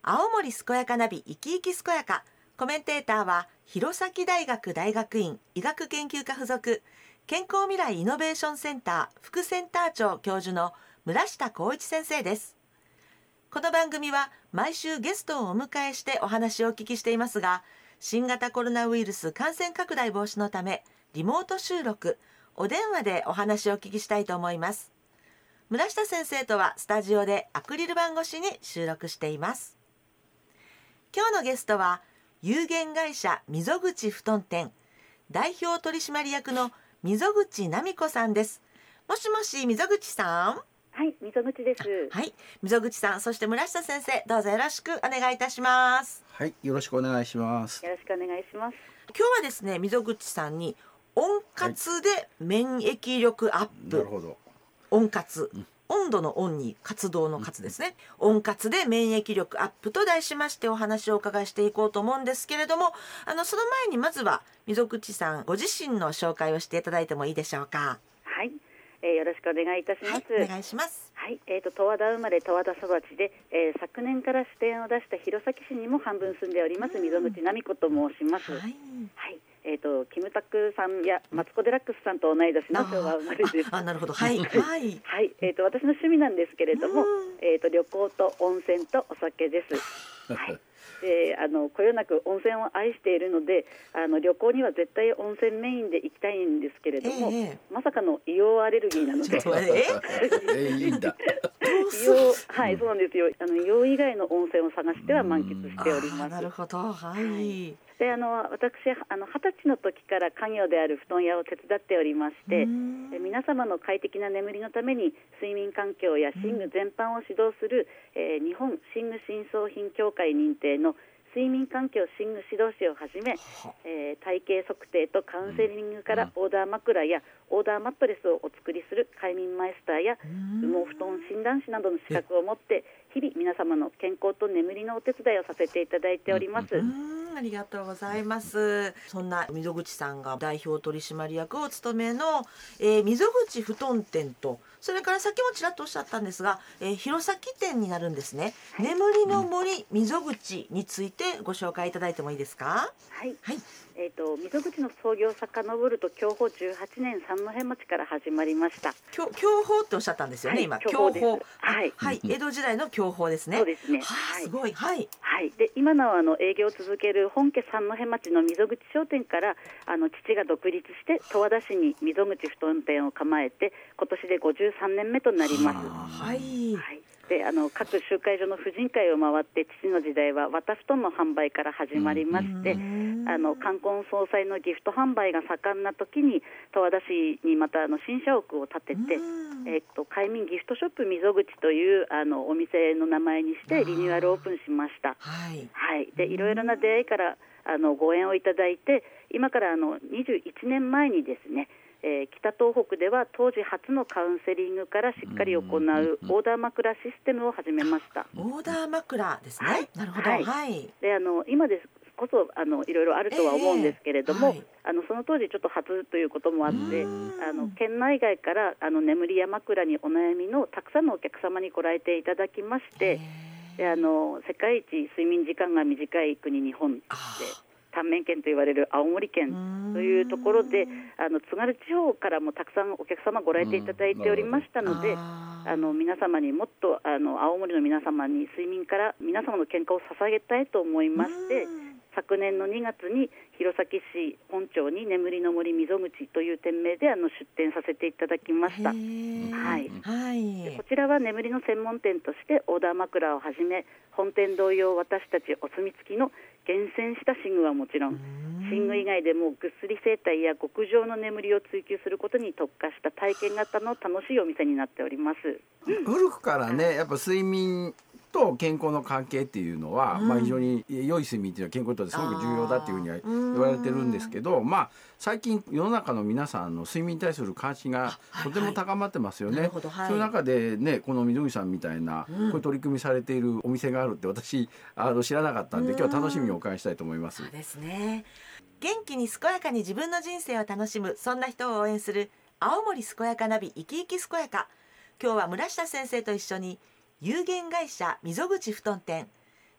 青森健やかナビ生き生き健やか。コメンテーターは弘前大学大学院医学研究科附属健康未来イノベーションセンター副センター長教授の村下孝一先生です。この番組は毎週ゲストをお迎えしてお話をお聞きしていますが、新型コロナウイルス感染拡大防止のためリモート収録、お電話でお話をお聞きしたいと思います。村下先生とはスタジオでアクリル板越しに収録しています。今日のゲストは有限会社溝口布団店代表取締役の溝口奈美子さんです。もしもし、溝口さん。 はい、溝口です。 はい、溝口さん、そして村下先生、どうぞよろしくお願いいたします。 はい、よろしくお願いします。 よろしくお願いします。 今日はですね、溝口さんに温活で免疫力アップ、 なるほど。 温活、温度の温に活動の活ですね、温活で免疫力アップと題しましてお話をお伺いしていこうと思うんですけれども、その前にまずは溝口さんご自身の紹介をしていただいてもいいでしょうか。 はい、よろしくお願いいたします。 はい、お願いします。 はい、十和田生まれ十和田育ちで、昨年から支店を出した弘前市にも半分住んでおります溝口奈美子と申します。はい、キムタクさんやマツコ・デラックスさんと同い年の昭和生まれです。 なるほど。はいはい、 はい、私の趣味なんですけれども、旅行と温泉とお酒です。はい。で、こよなく温泉を愛しているので、旅行には絶対温泉メインで行きたいんですけれども、まさかの硫黄アレルギーなのでいいんだはい、そうなんですよ。硫黄以外の温泉を探しては満喫しております。 なるほど。はい。 で、私20歳の時から家業である布団屋を手伝っておりまして、皆様の快適な眠りのために睡眠環境や寝具全般を指導する、日本寝具新装品協会認定の睡眠環境寝具指導士をはじめ、体型測定とカウンセリングからオーダー枕やオーダーマットレスをお作りする快眠マイスターや羽毛布団診断士などの資格を持って日々皆様の健康と眠りのお手伝いをさせていただいております。 ありがとうございます。そんな溝口さんが代表取締役をお務めの、溝口布団店と、それからさっきもちらっとおっしゃったんですが、弘前店になるんですね。眠りの森溝口についてご紹介いただいてもいいですか。 はい、はい。溝口の創業を遡ると享保18年三戸町から始まりました。 享保っておっしゃったんですよね、今。享保。はい、はい、江戸時代の享保ですね。 そうですね。 すごい。はい。 はい。で、今なお営業を続ける本家三戸町の溝口商店から父が独立して十和田市に溝口布団店を構えて今年で53年目となります。 はい。 はい。で、各集会所の婦人会を回って父の時代は綿布団の販売から始まりまして、冠婚葬祭のギフト販売が盛んな時に十和田市にまた新社屋を建てて、快眠ギフトショップ溝口というお店の名前にしてリニューアルオープンしました。はい、はい。で、いろいろな出会いからご縁をいただいて、今から21年前にですね、北東北では当時初のカウンセリングからしっかり行うオーダー枕システムを始めました。 オーダー枕ですね。はい、なるほど。 はい。はい、で、今ですこそいろいろあるとは思うんですけれども、その当時ちょっと初ということもあって県内外から眠りや枕にお悩みのたくさんのお客様にご来店いただきまして、で世界一睡眠時間が短い国日本で短命県と言われる青森県というところで津軽地方からもたくさんお客様ご来店いただいておりましたので、皆様にもっと青森の皆様に睡眠から皆様の健康を捧げたいと思いまして、昨年の2月に弘前市本町に眠りの森溝口という店名で出店させていただきました。はい、はい。で、こちらは眠りの専門店としてオーダー枕をはじめ本店同様私たちお墨付きの厳選した寝具はもちろん寝具以外でもぐっすり生態や極上の眠りを追求することに特化した体験型の楽しいお店になっております。 古くからね、やっぱ睡眠と健康の関係っていうのは、非常に良い睡眠っていうのは健康にとってすごく重要だっていうふうには言われてるんですけど、最近世の中の皆さんの睡眠に対する関心がとても高まってますよね。そういう中でね、この溝口さんみたいなこういう取り組みされているお店があるって私知らなかったんで、今日は楽しみにお伺いしたいと思います。 そうですね。元気に健やかに自分の人生を楽しむ、そんな人を応援する青森健やかナビ生き生き健やか。今日は村下先生と一緒に有限会社溝口布団店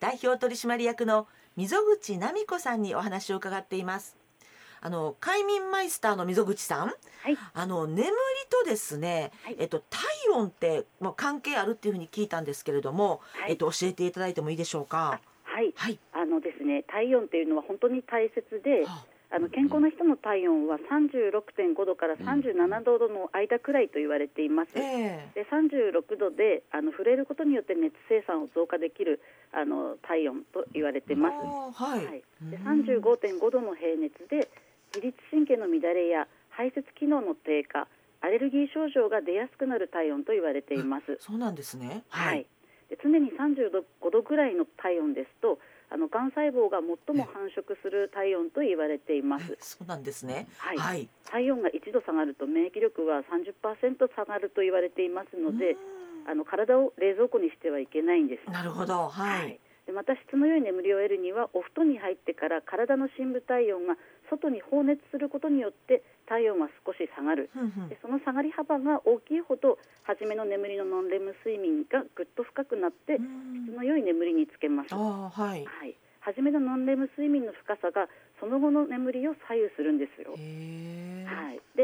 代表取締役の溝口奈美子さんにお話を伺っています。快眠マイスターの溝口さん、 はい、 眠りとですね、 はい、 体温って関係あるっていうふうに聞いたんですけれども、はい、教えていただいてもいいでしょうか。 はい、はい、ですね、体温っていうのは本当に大切で、健康な人の体温は 36.5 度から37度の間くらいと言われています。で36度で触れることによって熱生産を増加できる体温と言われています。はい、で 35.5 度の平熱で自律神経の乱れや排泄機能の低下、アレルギー症状が出やすくなる体温と言われています。 そうなんですね。 はい、で常に35度ぐらいの体温ですとがん細胞が最も繁殖する体温と言われています。 そうなんですね。 はいはい、体温が1度下がると免疫力は 30% 下がると言われていますので、体を冷蔵庫にしてはいけないんです。 なるほど。はい、 でまた質の良い眠りを得るにはお布団に入ってから体の深部体温が外に放熱することによって体温は少し下がる。でその下がり幅が大きいほど初めの眠りのノンレム睡眠がぐっと深くなって質の良い眠りにつけます。はい、初めのノンレム睡眠の深さがその後の眠りを左右するんですよ。はい、で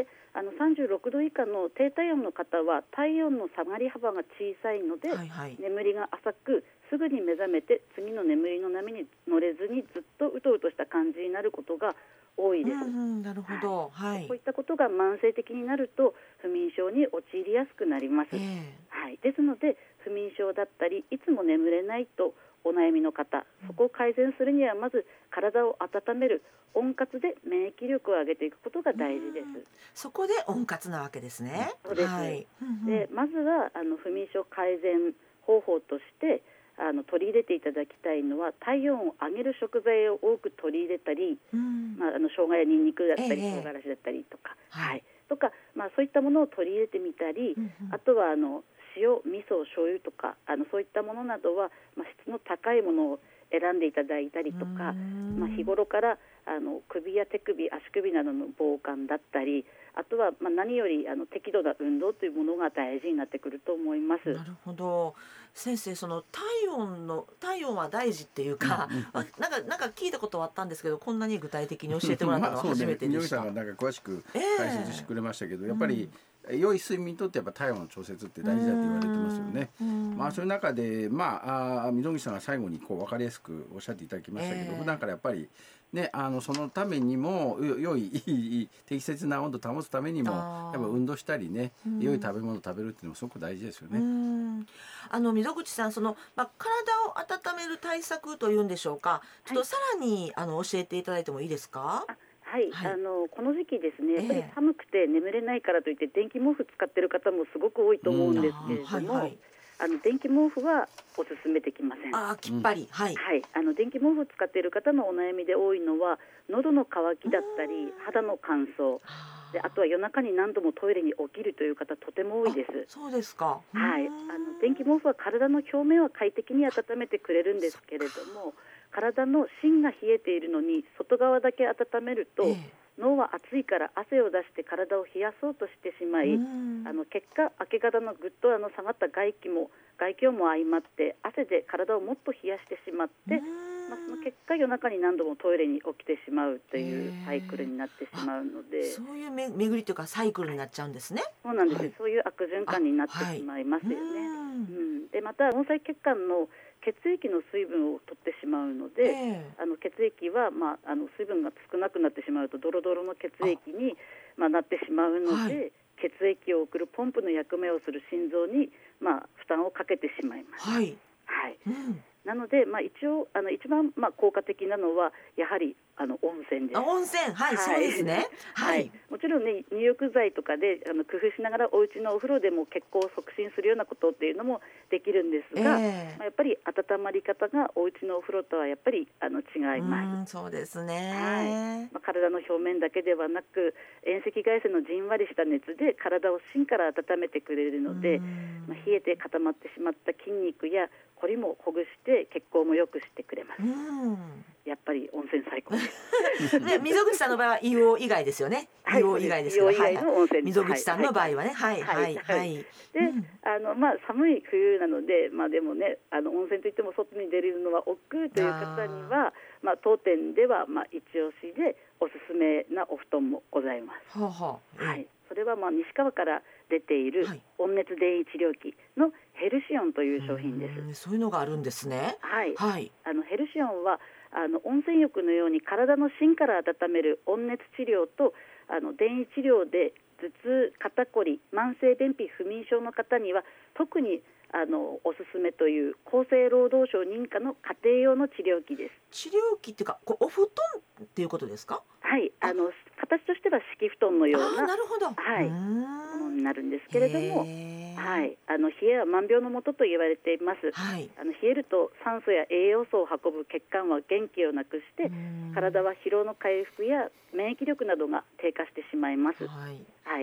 36度以下の低体温の方は体温の下がり幅が小さいので、眠りが浅くすぐに目覚めて次の眠りの波に乗れずにずっとうとうとした感じになることが多いです。 なるほど。はい、 こういったことが慢性的になると不眠症に陥りやすくなります。はい、ですので不眠症だったりいつも眠れないとお悩みの方、そこを改善するにはまず体を温める温活で免疫力を上げていくことが大事です。 そこで温活なわけですね。 そうです。でまずは不眠症改善方法として取り入れていただきたいのは体温を上げる食材を多く取り入れたり、生姜やニンニクだったり唐辛子だったりとか、とか、そういったものを取り入れてみたり、あとは塩、味噌、醤油とかそういったものなどは、質の高いものを選んでいただいたりとか、日頃から首や手首、足首などの防寒だったり、あとは何より適度な運動というものが大事になってくると思います。 なるほど。先生、その体温は大事っていうか、なんか聞いたことはあったんですけど、こんなに具体的に教えてもらったのは初めてでした。 さんがなんか詳しく解説してくれましたけど、やっぱり良い睡眠にとってやっぱ体温の調節って大事だと言われてますよね。そういう中で溝口さんが最後に分かりやすくおっしゃっていただきましたけど、普段からやっぱりね、そのためにも良い適切な温度を保つためにもやっぱ運動したりね、良い食べ物を食べるっていうのもすごく大事ですよね。 溝口さん、体を温める対策というんでしょうか、ちょっとさらに教えていただいてもいいですか。 はい、この時期ですね、やっぱり寒くて眠れないからといって電気毛布使ってる方もすごく多いと思うんですけれども、電気毛布はおすすめできません。 きっぱり。 電気毛布を使っている方のお悩みで多いのは喉の渇きだったり肌の乾燥で、あとは夜中に何度もトイレに起きるという方とても多いです。 そうですか。 電気毛布は体の表面は快適に温めてくれるんですけれども、体の芯が冷えているのに外側だけ温めると、脳は暑いから汗を出して体を冷やそうとしてしまい、結果明け方のぐっと下がった外気も相まって汗で体をもっと冷やしてしまって、その結果夜中に何度もトイレに起きてしまうというサイクルになってしまうので、 そういう巡りというかサイクルになっちゃうんですね。 そうなんです、そういう悪循環になってしまいますよね。でまた毛細血管の血液の水分を取ってしまうので、血液は、水分が少なくなってしまうとドロドロの血液に、なってしまうので、血液を送るポンプの役目をする心臓に、負担をかけてしまいます。なので、一応一番効果的なのはやはり温泉です。 温泉、そうですね。 もちろんね、入浴剤とかで工夫しながらお家のお風呂でも血行を促進するようなことっていうのもできるんですが、やっぱり温まり方がお家のお風呂とはやっぱり違います。 そうですね。 体の表面だけではなく遠赤外線のじんわりした熱で体を芯から温めてくれるので、冷えて固まってしまった筋肉やこりもほぐして血行も良くしてくれます。 やっぱり温泉最高ですで溝口さんの場合は硫黄以外ですよね。 はい、 硫黄以外ですけど、 硫黄以外の温泉溝口さんの場合はね、はいはいははいい。 で、寒い冬なので、でもね、温泉といっても外に出るのは億劫という方には、当店では一押しでおすすめなお布団もございます。はい、それは西川から出ている温熱電位治療器のヘルシオンという商品です。 そういうのがあるんですね。 はい、ヘルシオンは温泉浴のように体の芯から温める温熱治療と電位治療で頭痛、肩こり、慢性便秘、不眠症の方には特におすすめという厚生労働省認可の家庭用の治療器です。 治療器っていうか、お布団っていうことですか？ はい、形としては敷布団のような、 なるほど、 ものになるんですけれども、はい、冷えは万病のもとと言われています。はい、冷えると酸素や栄養素を運ぶ血管は元気をなくして、体は疲労の回復や免疫力などが低下してしまいます。はい、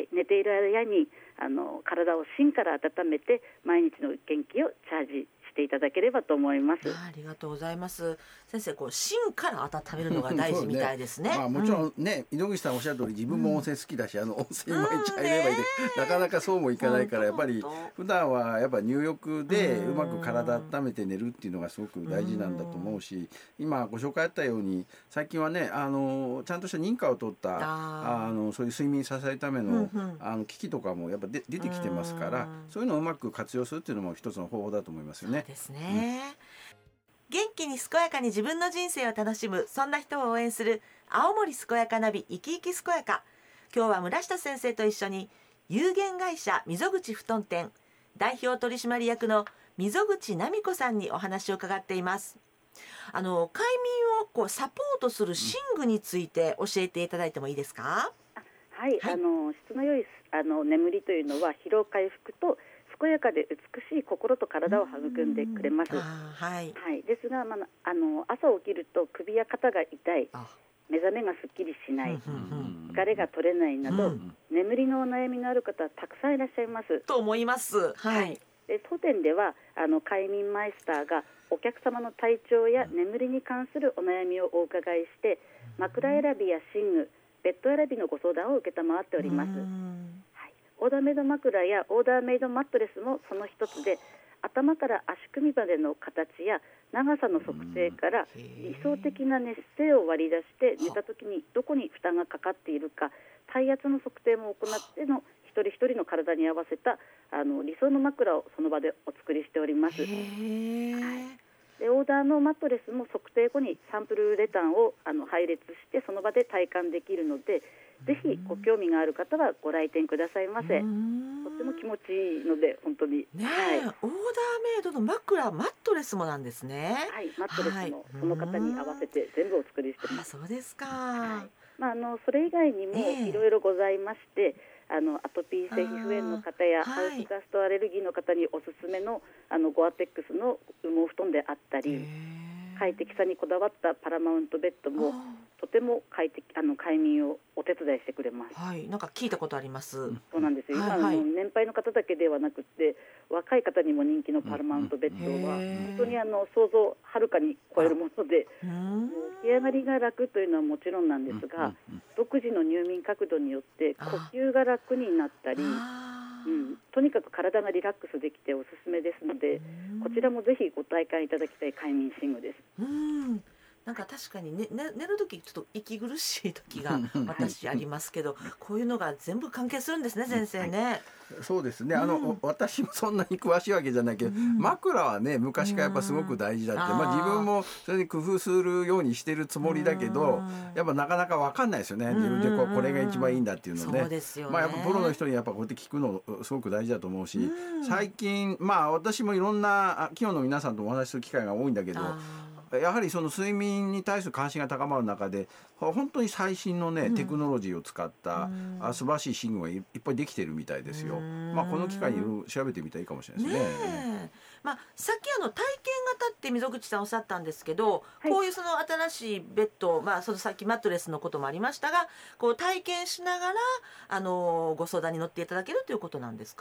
寝ている間に体を芯から温めて毎日の元気をチャージしていただければと思います。 ありがとうございます。先生、芯から温めるのが大事みたいですね。 もちろんね、井ノ口さんおっしゃる通り自分も温泉好きだし、温泉毎日入ればいいで、なかなかそうもいかないから、やっぱり普段はやっぱ入浴でうまく体温めて寝るっていうのがすごく大事なんだと思うし、今ご紹介あったように最近はね、ちゃんとした認可を取ったそういう睡眠支えるための機器とかもやっぱ出てきてますから、そういうのをうまく活用するっていうのも一つの方法だと思いますよね。 そうですね。元気に健やかに自分の人生を楽しむ、そんな人を応援する青森健やかナビ、生き生き健やか。今日は村下先生と一緒に有限会社溝口布団店代表取締役の溝口奈美子さんにお話を伺っています。快眠をサポートする寝具について教えていただいてもいいですか？ はい、質の良い眠りというのは疲労回復と健やかで美しい心と体を育んでくれます。ですが、朝起きると首や肩が痛い、目覚めがすっきりしない、疲れが取れないなど、眠りのお悩みのある方はたくさんいらっしゃいますと思います。 で、当店では快眠マイスターがお客様の体調や眠りに関するお悩みをお伺いして、枕選びや寝具、ベッド選びのご相談を承っております。オーダーメイド枕やオーダーメイドマットレスもその一つで、頭から足首までの形や長さの測定から理想的な寝姿勢を割り出して、寝た時にどこに負担がかかっているか体圧の測定も行っての一人一人の体に合わせた理想の枕をその場でお作りしております。で、オーダーのマットレスも測定後にサンプルレタンを配列してその場で体感できるので、ぜひご興味がある方はご来店くださいませ。とっても気持ちいいので本当に、 オーダーメイドの枕、マットレスもなんですね。 マットレスもその方に合わせて全部お作りしてます。 そうですか。 それ以外にもいろいろございまして、アトピー性皮膚炎の方やハウスダストアレルギーの方におすすめのゴアテックスの羽毛布団であったり、快適さにこだわったパラマウントベッドもとても快眠をお手伝いしてくれます。 なんか聞いたことあります。 そうなんですよ。今年配の方だけではなくて若い方にも人気のパラマウントベッドは本当に想像をはるかに超えるもので、起き上がりが楽というのはもちろんなんですが、独自の入眠角度によって呼吸が楽になったり、とにかく体がリラックスできておすすめですので、こちらもぜひご体感いただきたい快眠寝具です。 なんか確かに、寝る時ちょっと息苦しい時が私ありますけどこういうのが全部関係するんですね、先生ね。 そうですね。私もそんなに詳しいわけじゃないけど、枕はね昔からやっぱすごく大事だって、自分もそれに工夫するようにしてるつもりだけど、やっぱなかなか分かんないですよね。自分でこれが一番いいんだっていうのね。 そうですよね。 やっぱプロの人にやっぱこうやって聞くのすごく大事だと思うし、最近私もいろんな企業の皆さんとお話しする機会が多いんだけど、やはりその睡眠に対する関心が高まる中で本当に最新のね、テクノロジーを使った素晴らしい寝具がいっぱいできてるみたいですよ。この機会に調べてみたらいいかもしれないですね。 さっき体験型って溝口さんおっしゃったんですけど、こういうその新しいベッド、そのさっきマットレスのこともありましたが、こう体験しながらご相談に乗っていただけるということなんですか？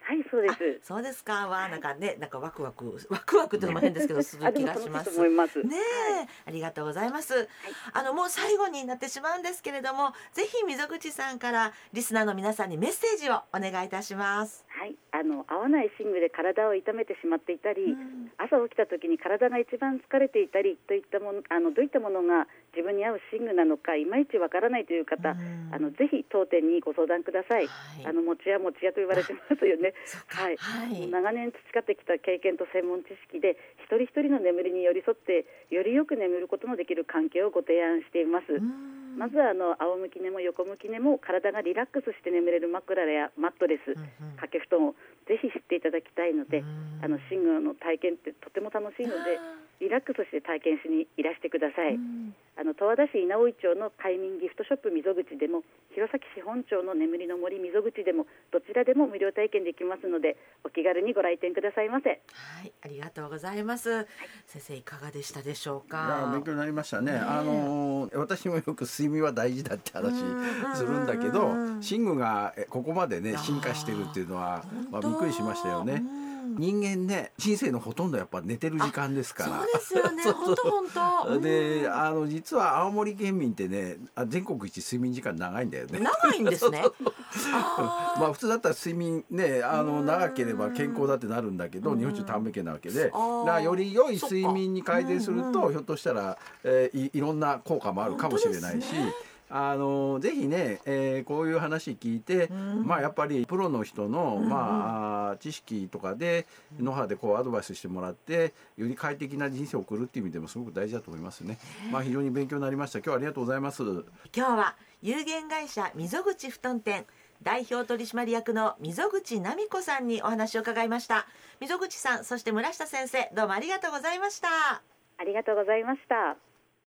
はい、そうです。 そうですか。なんかね、なんかワクワクってのも変ですけどする気がします。 思います。 ねえ、ありがとうございます。もう最後になってしまうんですけれども、ぜひ溝口さんからリスナーの皆さんにメッセージをお願いいたします。 はい、合わない寝具で体を痛めてしまっていたり、朝起きた時に体が一番疲れていたりといったもの、どういったものが自分に合う寝具なのかいまいちわからないという方、ぜひ当店にご相談ください。持ち屋と言われてますよね。はい、長年培ってきた経験と専門知識で一人一人の眠りに寄り添ってよりよく眠ることのできる環境をご提案しています。まずは仰向き寝も横向き寝も体がリラックスして眠れる枕やマットレス、掛け布団をぜひ知っていただきたいので、寝具の体験ってとても楽しいのでリラックスして体験しにいらしてください。十和田市稲生町の快眠ギフトショップ溝口でも、弘前市本町の眠りの森溝口でも、どちらでも無料体験できますのでお気軽にご来店くださいませ。 はい、ありがとうございます。先生いかがでしたでしょうか。 勉強になりましたね。私もよく睡眠は大事だって話するんだけど、寝具がここまでね進化してるっていうのはびっくりしましたよね。人間ね、人生のほとんどやっぱ寝てる時間ですから。 そうですよね。本当で、実は青森県民ってね、全国一睡眠時間長いんだよね。 長いんですね。 まあ普通だったら睡眠ね、長ければ健康だってなるんだけど、日本中短命県なわけで、だからより良い睡眠に改善すると、ひょっとしたら、いろんな効果もあるかもしれないし。ぜひね、こういう話聞いて、やっぱりプロの人の、知識とかでノウハウでこうアドバイスしてもらってより快適な人生を送るっていう意味でもすごく大事だと思いますね。非常に勉強になりました。今日はありがとうございます。 今日は有限会社溝口布団店代表取締役の溝口奈美子さんにお話を伺いました。溝口さん、そして村下先生、どうもありがとうございました。 ありがとうございました。